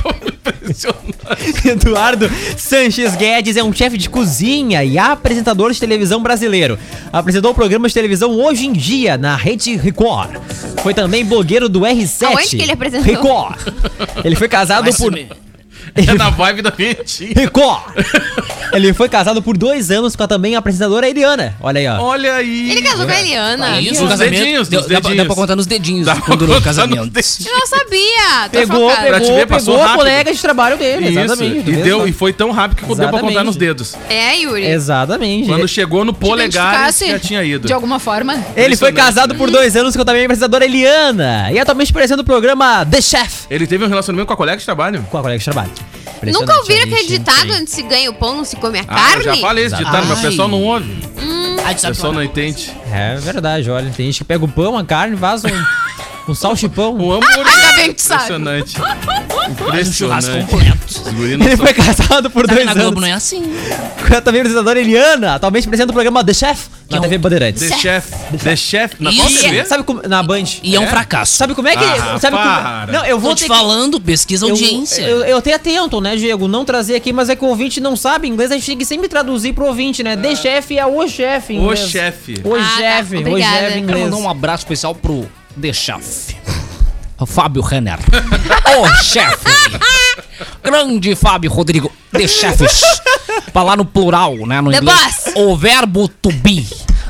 Eduardo Sanches Guedes é um chefe de cozinha e apresentador de televisão brasileiro. Apresentou o programa de televisão Hoje em Dia na Rede Record. Foi também blogueiro do R7. Aonde que ele apresentou? Record. Ele foi casado por... É na vibe da Vinhetinha. Record. Ele foi casado por 2 anos com a também apresentadora Eliana. Olha aí, ó. Olha aí. Ele casou com a Eliana. Isso, Nos o casamento. dedinhos, nos Dá dedinhos. pra contar nos dedinhos Dá pra quando durou o contar casamento. nos dedinhos. Eu não sabia. Tô Pegou chocada. Pra te ver, passou a rápido. colega de trabalho dele. Isso. Exatamente. do E, mesmo. e foi tão rápido que deu pra Exatamente. contar nos dedos. É, Yuri. Exatamente. Quando chegou no polegar, identificasse já tinha ido. De alguma forma. Ele foi Impressionante, casado né? por 2 anos com a também apresentadora Eliana. E atualmente aparecendo no programa The Chef. Ele teve um relacionamento com a colega de trabalho. Com a colega de trabalho. Nunca ouviram aquele Gente, ditado, onde se ganha o pão, não se come a Eu carne? já falei esse ditado, mas o pessoal não ouve. Ai, O pessoal não entende. É verdade, olha. Tem gente que pega o pão, a carne, faz um salchipão. O hambúrguer. Ainda bem que tu sabe. Impressionante. Churrasco Impressionante. completo. Os guri não Ele são- foi casado por 2 Na anos Globo não é assim. com a também apresentadora Eliana. Atualmente apresenta o programa The Chef na Que é TV Bandeirantes. The Chef. The Chef. Na Isso. qual TV? Sabe como... Na Band. E é um fracasso. Sabe como é que... Ah, sabe para. como... Não, eu vou Tô te ter falando, pesquisa que... audiência. Eu até tento, né, Diego, não trazer aqui, mas é que o ouvinte não sabe inglês, a gente tem que sempre traduzir pro ouvinte, né? The Chef é o chefe em O inglês. chefe. O Ah, tá. chefe, o Obrigada. chefe em Quero inglês. mandar um abraço especial pro The Chef. O Fábio Renner. O chefe. Grande Fábio Rodrigo. The Chefs. Falar no plural, né? No The inglês. boss. O verbo to be.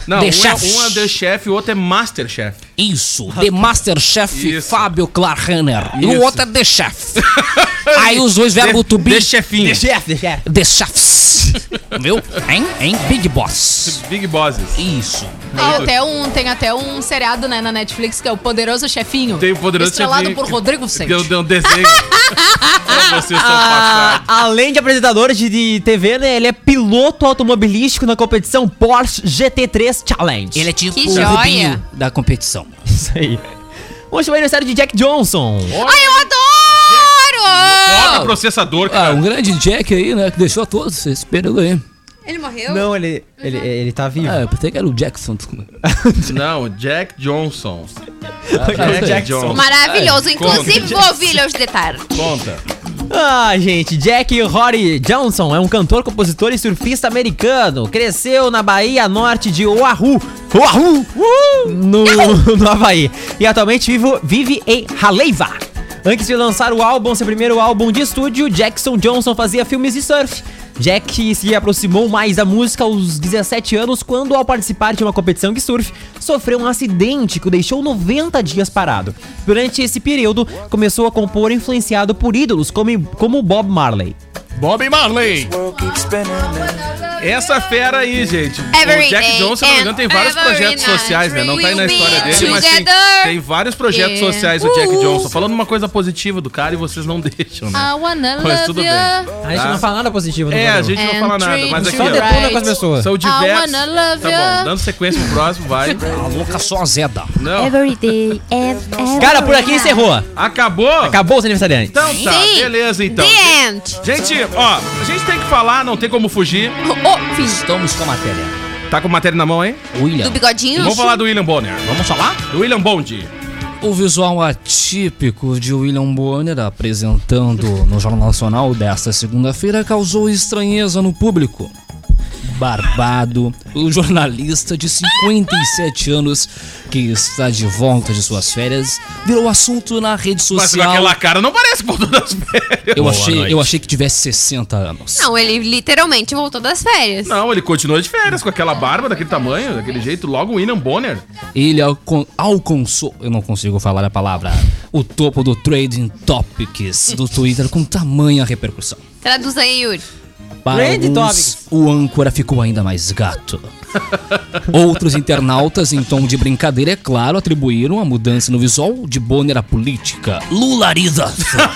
Não, The um Chef. é The Chef e o outro é Master Chef. Isso, The Master Chef Isso. Fábio Klarrenner. E Isso. o outro é The Chef. Aí os dois verbos to be. The Chefinho. Chefe. The Chefs. Viu? Hein? Big Boss. Big Bosses. Isso. Tem até um seriado, né, na Netflix que é o Poderoso Chefinho. Tem o Poderoso estrelado Chefinho. por Rodrigo Vicente. Deu um desenho. Vocês são passados. Além de apresentador de TV, né, ele é piloto automobilístico na competição Porsche GT3 Challenge. Ele é tipo Que o joia. Rubinho da competição. Isso aí. Hoje vai aniversário de Jack Johnson. Ai, eu Foca adoro! processador, Ah, cara. um grande Jack aí, né? Que deixou a todos esperando aí. Ele morreu? Não, ele tá vivo. Ah, eu pensei que era o Jackson. Não, Jack Johnson. Jack Johnson. Maravilhoso. Inclusive, Conta. vou ouvir os detalhes. Conta. Ah, gente, Jack Rory Johnson é um cantor, compositor e surfista americano. Cresceu na Bahia Norte de Oahu, no Havaí. E atualmente vive em Haleiwa. Antes de lançar seu primeiro álbum de estúdio, Jackson Johnson fazia filmes de surf. Jack se aproximou mais da música aos 17 anos quando, ao participar de uma competição de surf, sofreu um acidente que o deixou 90 dias parado. Durante esse período, começou a compor influenciado por ídolos como Bob Marley. Bob Marley. Essa fera aí, gente. Every O Jack day Johnson, se não me engano, tem vários and every projetos night sociais, né? Não tá aí na we'll história be dele, mas together. tem vários projetos Yeah. sociais do Jack Johnson. Falando uma coisa positiva do cara e vocês não deixam, né? I wanna Mas love tudo bem. A gente não fala nada positivo no É, a programa. gente não fala nada, mas aqui, Só ó, detona com as pessoas. são diversos. wanna love Tá ya. bom, dando sequência pro próximo, vai. A louca só azeda. Não, Every day and every Cara, por aqui encerrou. acabou? Acabou os aniversariantes. Então tá, Sim. beleza então. The end. Gente, ó, a gente tem que falar, não tem como fugir. Oh, fiz. Estamos com a matéria. Tá com matéria na mão, hein? William. Do bigodinho? Vamos falar do William Bonner. Vamos falar? Do William Bond. O visual atípico de William Bonner apresentando no Jornal Nacional desta segunda-feira causou estranheza no público. Barbado, o jornalista de 57 anos que está de volta de suas férias virou assunto na rede Mas com social. aquela cara não parece que voltou das férias. Eu achei que tivesse 60 anos. Não, ele literalmente voltou das férias. Não, ele continua de férias com aquela barba, daquele tamanho, daquele jeito. Logo o William Bonner. Ele alcançou, eu não consigo falar a palavra, o topo do Trading Topics do Twitter com tamanha repercussão. Traduz aí, Yuri. Para Trending alguns, Topics. o âncora ficou ainda mais gato. Outros internautas, em tom de brincadeira, é claro, atribuíram a mudança no visual de Bonner à política. Lularização.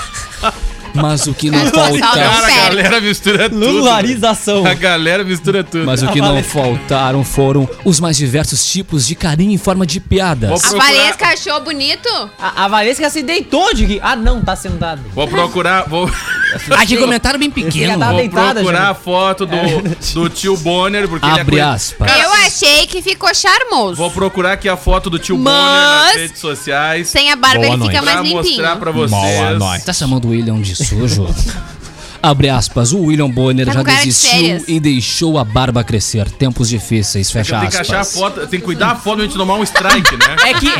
Mas o que não Cara, falta... Cara, a Sério. galera mistura tudo. Lularização. A galera mistura tudo. Mas o que não faltaram foram os mais diversos tipos de carinho em forma de piadas. Vou A procurar- Valesca achou bonito? A Valesca se deitou de... Ah, não, tá sentado. Vou procurar, vou Ah, de comentário bem pequeno. Tá deitada, procurar já. a foto do tio Bonner, porque ele é Abre conhe- aspas. Eu achei que ficou charmoso. Vou procurar aqui a foto do tio Mas- Bonner nas redes sociais. Sem a barba Boa ele fica noite. mais Pra limpinho. mostrar pra vocês. Tá chamando o William de sujo? Abre aspas, o William Bonner Tá já com cara de desistiu férias. e deixou a barba crescer. Tempos difíceis, fecha Tem que achar a aspas. foto, tem que cuidar a foto pra gente tomar um strike, né?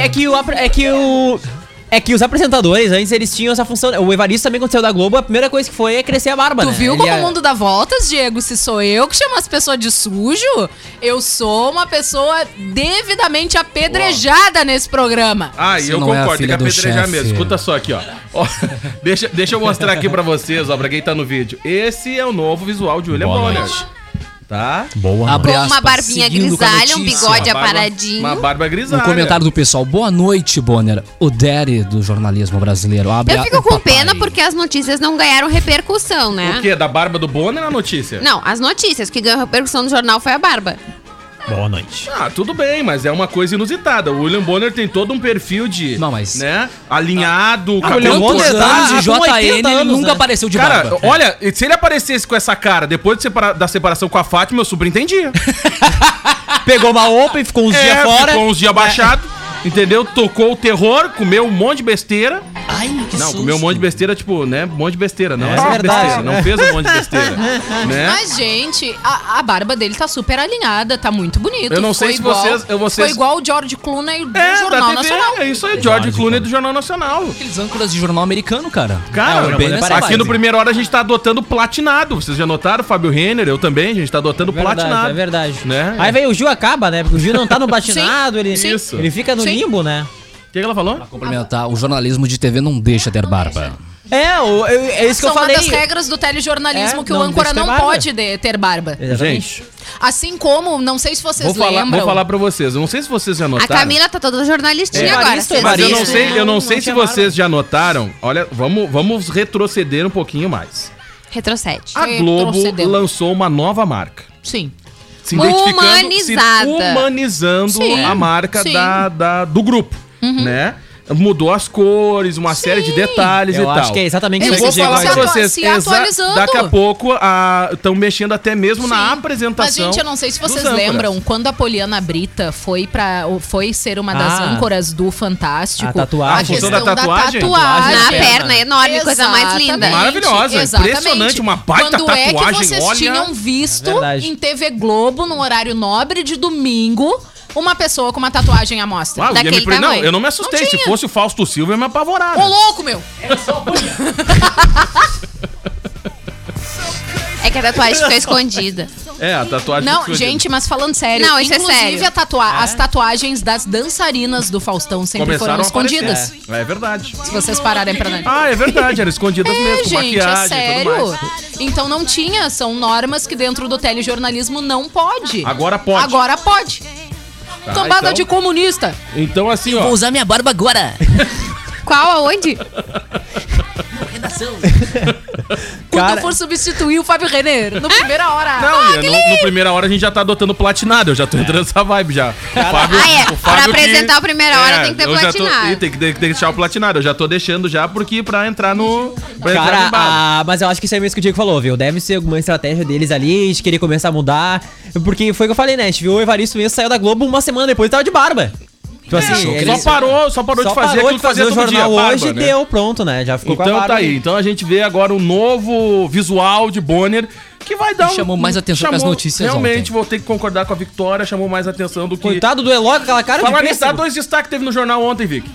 É que os apresentadores, antes, eles tinham essa função. O Evaristo também, quando saiu da Globo, a primeira coisa que foi é crescer a barba, Tu né? viu Ele como é- o mundo dá voltas, Diego? Se sou eu que chamo as pessoas de sujo, eu sou uma pessoa devidamente apedrejada nesse programa. Ah, e Você eu não é a concordo, tem que filha do apedrejar chefe. mesmo. Escuta só aqui, ó. Ó, deixa eu mostrar aqui pra vocês, ó, pra quem tá no vídeo. Esse é o novo visual de William Boa Bonner. noite. Tá? Boa. Abre Com uma aspas, barbinha seguindo com a grisalha, um notícia. bigode Uma aparadinho. Uma barba Um grisalha. comentário do pessoal. Boa noite, Bonner. O daddy do jornalismo brasileiro. Abre Eu fico o com papai. pena porque as notícias não ganharam repercussão, né? O quê? Da barba do Bonner na notícia? Não, as notícias. O que ganhou repercussão no jornal foi a barba. Boa noite. Ah, tudo bem, mas é uma coisa inusitada. O William Bonner tem todo um perfil de... Não, mas- Né? Alinhado, Ah, William cabelo Bonner Quantos tá anos de com 80 JN ele anos, nunca né? apareceu de Cara, barba. olha, se ele aparecesse com essa cara depois da separação com a Fátima, eu subentendia. Pegou uma opa e ficou uns dias fora. Ficou uns dias baixado, entendeu? Tocou o terror, comeu um monte de besteira. Ai, que Não, susto. comeu um monte de besteira, tipo, né? Um monte de besteira. Não É é verdade. besteira. Não fez um monte de besteira. Né? Mas, gente, a barba dele tá super alinhada, tá muito bonito. Eu não sei se vocês- Foi igual o George Clooney do É, Jornal da TV, Nacional. é isso aí, George Clooney do Jornal Nacional. Aqueles âncoras de jornal americano, cara. Cara, bem nessa aqui vibe. no Primeira Hora a gente tá adotando platinado. Vocês já notaram? Fábio Renner, eu também, a gente tá adotando platinado. É verdade. Né? Aí veio o Gil acaba, né? Porque o Gil não tá no platinado, ele, sim. Isso. ele fica no Sim. limbo, né? O que ela falou? Complementar, o jornalismo de TV não deixa ter barba. É isso que São eu falei. uma das regras do telejornalismo É, que o não âncora deixa ter não barba. pode ter barba. Exatamente. Gente, Assim como, não sei se vocês vou lembram. falar pra vocês. Eu não sei se vocês já A notaram. Camila tá toda jornalistinha É. agora. Evaristo, vocês Mas eu viram? não sei, eu não sei Não se tinha vocês já notaram. Olha, vamos retroceder um pouquinho mais. Retrocede. A Globo Retrocedendo. lançou uma nova marca. Sim. Se identificando, Humanizada. se humanizando Sim, a marca sim. do grupo, né? Mudou as cores, uma série de detalhes e Eu tal. acho que é exatamente Eu isso vou que o Diego falar pra vai se vocês, se atualizando. daqui a pouco estão mexendo até mesmo na Sim. apresentação. Mas, gente, eu não sei se vocês dos âncoras. lembram, quando a Poliana Brita foi ser uma das Ah. âncoras do Fantástico. A tatuagem. A função questão da tatuagem? Na perna, enorme, coisa mais Exatamente. linda. Maravilhosa, Exatamente. impressionante, uma baita Quando é que tatuagem, vocês olha. tinham visto É verdade. em TV Globo, no horário nobre de domingo, uma pessoa com uma tatuagem à mostra? Ah, Daquele não, tamanho. eu não me assustei. Não Se tinha. fosse o Fausto Silva, eu ia me apavorar. Ô, louco, meu! É que a tatuagem ficou escondida. É, a tatuagem. Não, ficou gente, mas falando sério, Não, isso é inclusive sério. as tatuagens das dançarinas do Faustão sempre começaram foram a aparecer. escondidas. É verdade. Se vocês pararem pra analisar. Ah, é verdade, eram escondidas mesmo, com Gente, é maquiagem e sério. tudo mais. Então não tinha, são normas que dentro do telejornalismo não pode. Agora pode. Agora pode. Tá, Cambada então- de comunista. Então, assim, Vou ó. usar minha barba agora. Qual, aonde? Redação. Quando Cara- for substituir o Fábio Renner, no primeira hora. Não, no primeira hora a gente já tá adotando platinado, eu já tô entrando nessa vibe já. O Fábio, Ah, é. Pra apresentar o primeira hora tem que ter eu já tô- platinado. e tem que deixar o platinado, eu já tô deixando já porque pra entrar no. Pra entrar Cara, no embalo. mas eu acho que isso é mesmo que o Diego falou, viu? Deve ser alguma estratégia deles ali, de querer começar a mudar. Porque foi o que eu falei, né? A gente viu o Evaristo mesmo, saiu da Globo uma semana depois e tava de barba. Tipo assim, ele Só parou de fazer aquilo que fazia o todo dia, jornal barba, hoje, né? deu, pronto, né? Já ficou com a Então barba tá aí. Então a gente vê agora um novo visual de Bonner que vai dar Chamou mais atenção que as notícias Realmente, ontem. vou ter que concordar com a Victoria, chamou mais atenção do que. Coitado do Eloy com aquela cara Falar de nisso, dá pêssego. 2 destaques que teve no jornal ontem, Vic.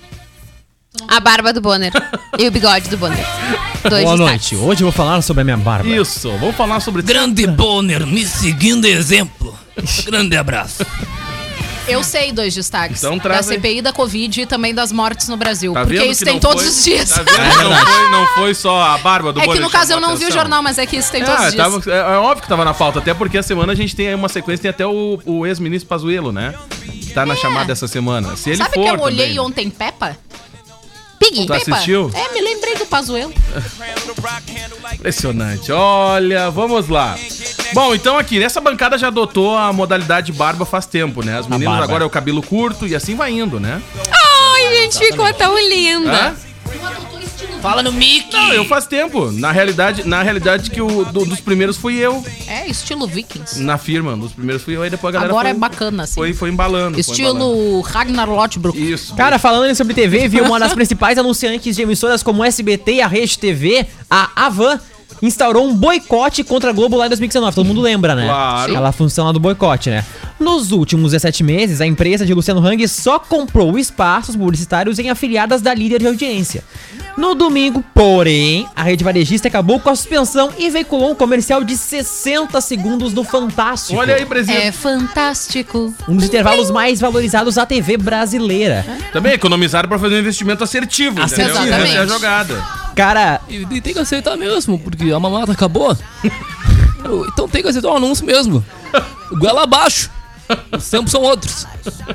A barba do Bonner. E o bigode do Bonner. Dois Boa destaques. noite, hoje eu vou falar sobre a minha barba. Isso, vamos falar sobre. Grande Bonner, me seguindo exemplo. Grande abraço. Eu sei 2 destaques. Então da traz aí. CPI da Covid e também das mortes no Brasil. Tá porque vendo isso que tem não todos foi- os dias. Tá vendo que não foi só a barba do É que Bonner no caso eu chamou não vi o atenção? jornal, mas é que isso tem todos os dias. É óbvio que tava na pauta, até porque a semana a gente tem aí uma sequência, tem até o ex-ministro Pazuello, né? Que tá na chamada essa semana. Se ele Sabe for que eu olhei também. ontem Peppa? Pig. Tu assistiu? É, me lembrei do Pazuello. Impressionante. Olha, vamos lá. Bom, então aqui, nessa bancada já adotou a modalidade barba faz tempo, né? As meninas barba. agora é o cabelo curto e assim vai indo, né? Ai, gente, ficou tão linda. Hã? Fala no Mickey. Não, eu faz tempo. Na realidade que dos primeiros fui eu É, estilo Vikings. na firma. Um dos primeiros fui eu, aí depois a galera Agora foi, é bacana, assim. foi embalando. foi embalando. Estilo Ragnar Lothbrok. Isso. Cara, falando sobre TV, viu uma das principais anunciantes de emissoras como o SBT e a Rede TV, a Avan, instaurou um boicote contra a Globo lá em 2019. Todo mundo lembra, né? Claro. Aquela função lá do boicote, né? Nos últimos 17 meses, a empresa de Luciano Hang só comprou espaços publicitários em afiliadas da líder de audiência. No domingo, porém, a rede varejista acabou com a suspensão e veiculou um comercial de 60 segundos do Fantástico. Olha aí, Brasil. É fantástico. Um dos intervalos mais valorizados da TV brasileira. Também economizaram pra fazer um investimento assertivo, entendeu? Exatamente. Essa é a jogada. Cara, E tem que aceitar mesmo, porque a mamata acabou. Então tem que aceitar o anúncio mesmo. Goela abaixo. Os tempos são outros.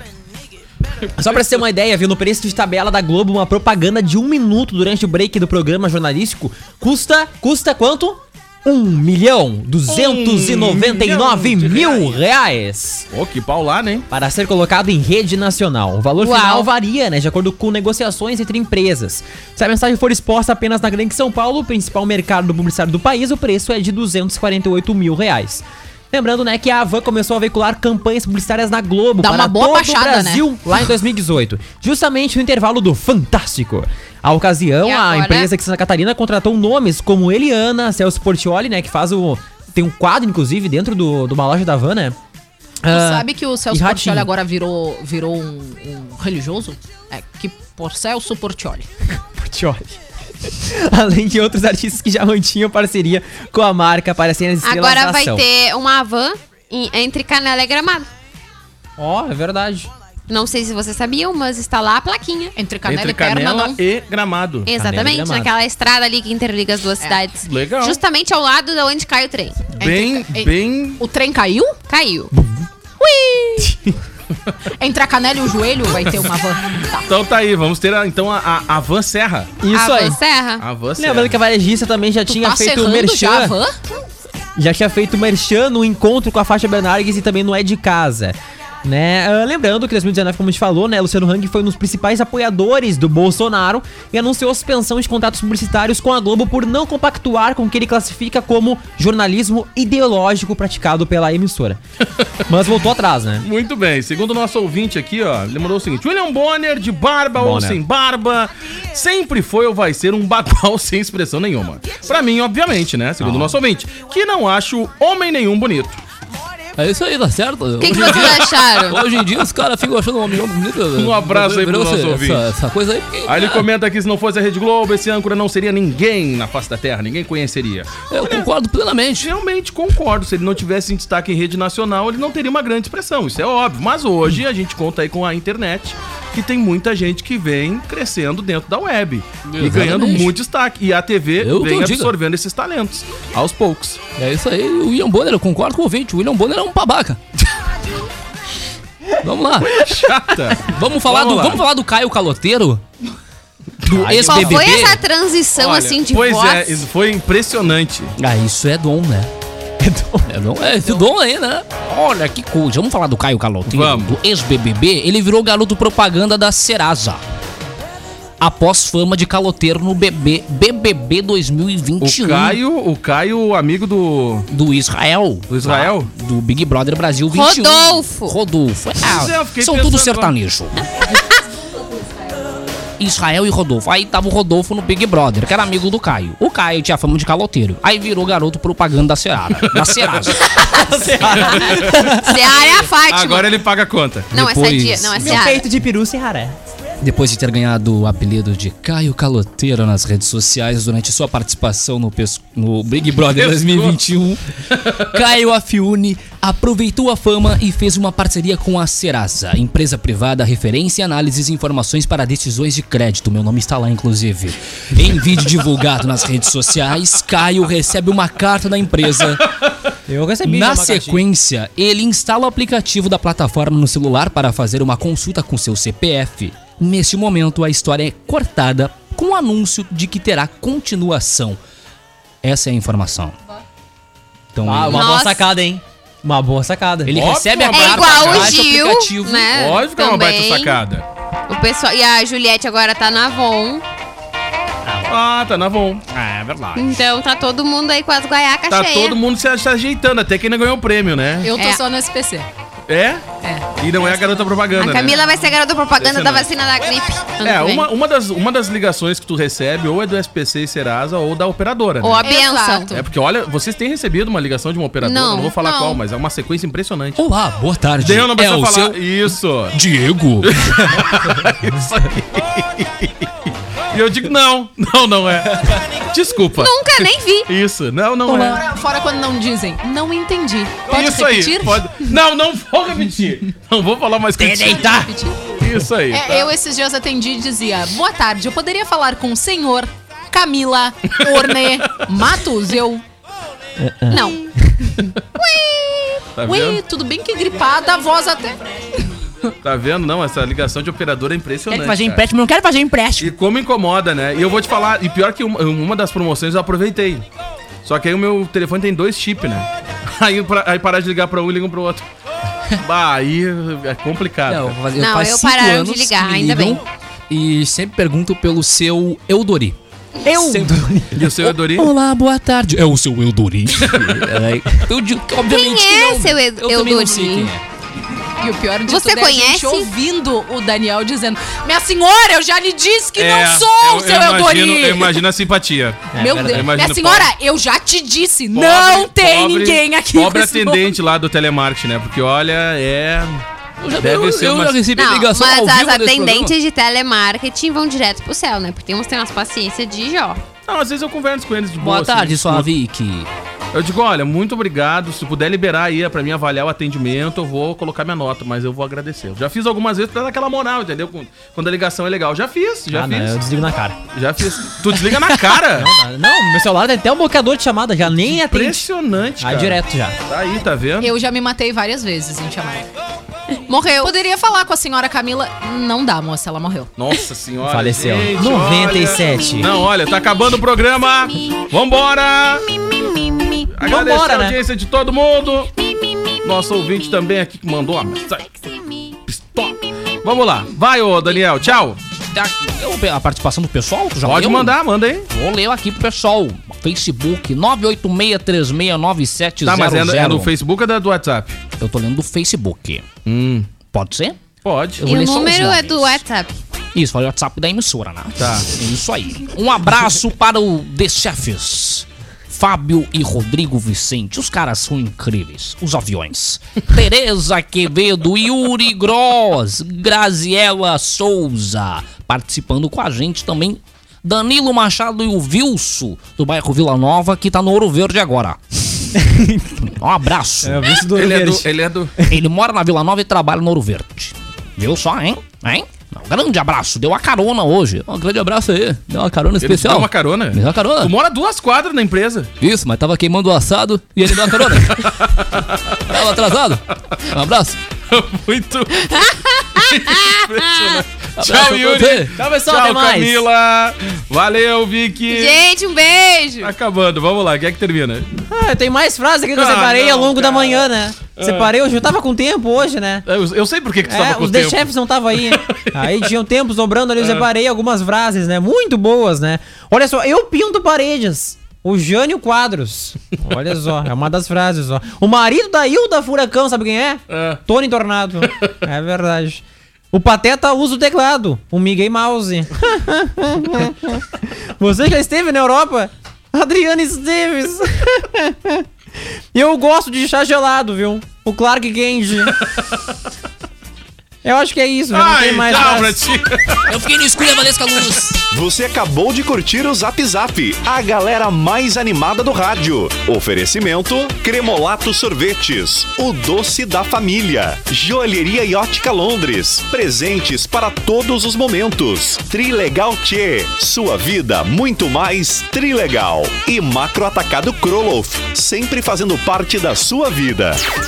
só pra você ter uma ideia, viu, no preço de tabela da Globo, uma propaganda de 1 minuto durante o break do programa jornalístico custa quanto? 1.299.000 reais Ô, que pau lá, né? para ser colocado em rede nacional. O valor Uau. final varia, né, de acordo com negociações entre empresas. Se a mensagem for exposta apenas na Grande São Paulo, o principal mercado publicitário do país, o preço é de 248 mil reais. Lembrando, né, que a Avan começou a veicular campanhas publicitárias na Globo Dá para uma boa todo baixada, o Brasil lá em 2018, justamente no intervalo do Fantástico. A ocasião, E a agora? empresa aqui de Santa Catarina contratou nomes como Eliana, Celso Portioli, né, que faz o... Tem um quadro, inclusive, dentro de uma loja da Van, né? Tu sabe que o Celso e Ratinho. Portioli agora virou um religioso? É, que por Celso Portioli. Portioli. Além de outros artistas que já mantinham parceria com a marca para serem as estrelas Agora da vai ação. ter uma van entre Canela e Gramado. Ó, é verdade. Não sei se vocês sabiam, mas está lá a plaquinha. Entre Canela Entre e Perna, Canela não. e Gramado. Exatamente, Gramado. naquela estrada ali que interliga as duas cidades. legal. Justamente ao lado de onde cai o trem. Bem... O trem caiu? Caiu. Entre a canela e o joelho vai ter uma van. Tá. Então tá aí, vamos ter então a Van Serra. Isso a aí. Van Serra. A Van Serra. Lembrando que a varejista também já tinha Tá feito o serrando já a merchan. van? Já tinha feito o merchan no encontro com a Faixa Bernardes e também no É de Casa. Né? Lembrando que em 2019, como a gente falou, né, Luciano Hang foi um dos principais apoiadores do Bolsonaro e anunciou a suspensão de contratos publicitários com a Globo por não compactuar com o que ele classifica como jornalismo ideológico praticado pela emissora. Mas voltou atrás, né? Muito bem, segundo o nosso ouvinte aqui, ó, ele mandou o seguinte: William Bonner, de barba ou Bonner. sem barba, sempre foi ou vai ser um bagual sem expressão nenhuma. Pra mim, obviamente, né, segundo o nosso ouvinte, que não acho homem nenhum bonito. É isso aí, tá certo? O que vocês acharam? Hoje em dia os caras ficam achando um homem bonito. Um abraço aí pro nosso ouvinte. Essa coisa aí. Porque, Aí ele comenta que se não fosse a Rede Globo, esse âncora não seria ninguém na face da terra, ninguém conheceria. eu concordo plenamente. Realmente concordo, se ele não tivesse em destaque em rede nacional, ele não teria uma grande expressão, isso é óbvio. Mas hoje a gente conta aí com a internet, que tem muita gente que vem crescendo dentro da web e Exatamente. ganhando muito destaque. E a TV Eu vem não digo. absorvendo esses talentos, aos poucos. É isso aí, o William Bonner, eu concordo com o ouvinte. O William Bonner é um babaca. Vamos lá. Chata. Vamos falar, Vamos lá. vamos falar do Caio Caloteiro? Do Qual ex-BBB? foi essa transição Olha, assim de pois voz? é, isso foi impressionante. Ah, isso é dom, né? É dom, esse dom aí, né? Olha que coisa. Vamos falar do Caio Caloteiro, Vamos. do ex-BBB. Ele virou garoto propaganda da Serasa. Após fama de caloteiro no BBB 2021. O Caio, amigo do Do Israel. Do Israel? Do Big Brother Brasil 21. Rodolfo. Pois é, eu fiquei São pensando tudo sertanejo. Israel e Rodolfo. Aí tava o Rodolfo no Big Brother, que era amigo do Caio. O Caio tinha fama de caloteiro. Aí virou garoto propaganda da Serasa. Da Serasa. Seara é a Fátima. Agora ele paga a conta. Não, depois- é Sadia. Não, é Meu Seara. peito de peru Ceará. Depois de ter ganhado o apelido de Caio Caloteiro nas redes sociais durante sua participação no Big Brother 2021, Caio Afiuni aproveitou a fama e fez uma parceria com a Serasa, empresa privada referência em análises e informações para decisões de crédito. Meu nome está lá, inclusive. Em vídeo divulgado nas redes sociais, Caio recebe uma carta da empresa. Eu recebi Na já uma cartinha. sequência, ele instala o aplicativo da plataforma no celular para fazer uma consulta com seu CPF. Neste momento, a história é cortada com o anúncio de que terá continuação. Essa é a informação. Então, Ah, uma boa Nossa. sacada, hein? Uma boa sacada. ele Óbvio, recebe a uma É carta, igual o baixa Gil, aplicativo. né? Óbvio que é uma baita Também. sacada. O pessoal, e a Juliette agora tá na Avon. Ah, tá na Avon. É verdade. Então tá todo mundo aí com as guaiacas Tá cheias. todo mundo se ajeitando, até quem não ganhou o prêmio, né? Eu tô É. só no SPC. É? É. E não é a garota propaganda, A Camila vai ser garota propaganda da Impressionante. vacina da gripe. ano né? É, que vem. uma das ligações que tu recebe ou é do SPC e Serasa ou da operadora, né? Ou a benção. Exato. É porque, olha, vocês têm recebido uma ligação de uma operadora, Não, não vou falar não. qual, mas é uma sequência impressionante. Olá, boa tarde. Deu, não precisa o falar. seu Isso. Diego. Isso aí. E eu digo, não é. Desculpa. Nunca nem vi. Isso, não é. Fora quando não dizem, não entendi. Pode Isso repetir? aí. Pode... Não vou repetir. Não vou falar mais contigo. Repetir? Isso aí. É, tá? eu esses dias atendi e dizia, boa tarde, eu poderia falar com o senhor Camila Orne Matos? Eu, Não. Tá ui, vendo? tudo bem que gripada, a voz até... Tá vendo? Não, essa ligação de operadora é impressionante. cara. empréstimo, não quero fazer empréstimo. E como incomoda, né? E eu vou te falar, e pior que uma das promoções eu aproveitei. Só que aí o meu telefone tem 2 chips, né? Aí parar de ligar pra um e ligam pro outro. Bah, aí é complicado. Não, cara. Não, faz eu 5 pararam anos de ligar, que me ainda ligam E sempre pergunto pelo seu Eudori. E o seu Eudori? Olá, boa tarde. É o seu Eudori. Eu digo que, obviamente, Quem que é não. seu Eu também não sei Eudori? quem é. E o pior de Você tudo é a gente conhece? ouvindo o Daniel dizendo: minha senhora, eu já lhe disse que É, não sou o seu Eldori. eu imagino a simpatia. Meu verdade. Deus, Imagino minha senhora, eu já te disse, Pobre- não tem pobre- ninguém aqui Pobre com esse atendente lá do telemarketing, né? Porque olha, Deve ser eu uma- já recebi Não, ligação mas ao as vivo desse atendentes programa. de telemarketing vão direto pro céu, né? Porque uns têm umas paciência de Jó. Não, às vezes eu converso com eles de boa. Boa tarde, assim, sua Vicky. Eu digo, olha, muito obrigado. Se puder liberar aí pra mim avaliar o atendimento, eu vou colocar minha nota, mas eu vou agradecer. Eu já fiz algumas vezes pra dar aquela moral, entendeu? Quando a ligação é legal. Já fiz. Não, eu desligo na cara. Já fiz. Tu desliga na cara. Não, meu celular tem até um bloqueador de chamada, já nem atende. Impressionante, Ah, cara. direto já. Tá aí, tá vendo? Eu já me matei várias vezes em chamada. Morreu. Poderia falar com a senhora Camila. Não dá, moça, ela morreu. Nossa senhora. Faleceu. gente, 97. olha. Não, olha, tá acabando o programa. Vambora. Agradecer Vambora, a né? audiência de todo mundo. Nosso ouvinte também aqui que mandou uma mensagem. Pistola. Vamos lá. Vai, ô Daniel. Tchau. A participação do pessoal, tu já Pode leu? mandar, manda aí. Vou ler aqui pro pessoal. Facebook 986369700. Tá, mas é no Facebook ou é do WhatsApp? Eu tô lendo do Facebook. Pode ser? Pode. Eu E vou o ler só os número é nomes. do WhatsApp. Isso, foi o WhatsApp da emissora, né? Tá. Isso aí. Um abraço para o The Chefs. Fábio e Rodrigo Vicente. Os caras são incríveis. Os aviões. Tereza Quevedo, Yuri Gross, Graziela Souza. Participando com a gente também. Danilo Machado e o Vilso, do bairro Vila Nova, que tá no Ouro Verde agora. Um abraço. É o visto do Ele é Verde. do. Ele é do. Ele mora na Vila Nova e trabalha no Ouro Verde. Viu só, hein? Hein? Um grande abraço. Deu uma carona hoje. Um grande abraço aí. Deu uma carona Ele especial. deu uma carona? Me deu uma carona. Tu mora 2 quadras na empresa. Isso, mas tava queimando o assado e ele deu uma carona. Tava atrasado. Um abraço. Muito. Impressionante. Abraço Tchau, pra Yuri. você. Tchau, pessoal, Tchau, até mais. Camila. Valeu, Vicky. Gente, um beijo. Acabando, vamos lá, quem é que termina? Ah, tem mais frases aqui que eu Ah, separei não, ao longo da cara. manhã, né? Separei, hoje eu tava com tempo hoje, né? Eu sei por que tu tava com Os o The tempo. Chefs não estavam aí. Aí tinham tempo sobrando ali, eu separei algumas frases, né? Muito boas, né? Olha só, eu pinto paredes. O Jânio Quadros. Olha só, é uma das frases, ó. O marido da Hilda Furacão, sabe quem é? Tony Tornado. É verdade. O Pateta usa o teclado. O Mickey Mouse. Você já esteve na Europa? Adriana Esteves. Eu gosto de chá gelado, viu? O Clark Kent. Eu acho que é isso, já não tem mais tchau pra frases. ti. Eu fiquei no escuro e a Valesca Luz. Você acabou de curtir o Zap Zap, a galera mais animada do rádio. Oferecimento Cremolato Sorvetes, o doce da família. Joalheria e Ótica Londres, presentes para todos os momentos. Trilegal Tchê, sua vida muito mais trilegal. E Macro Atacado Kroloff, sempre fazendo parte da sua vida.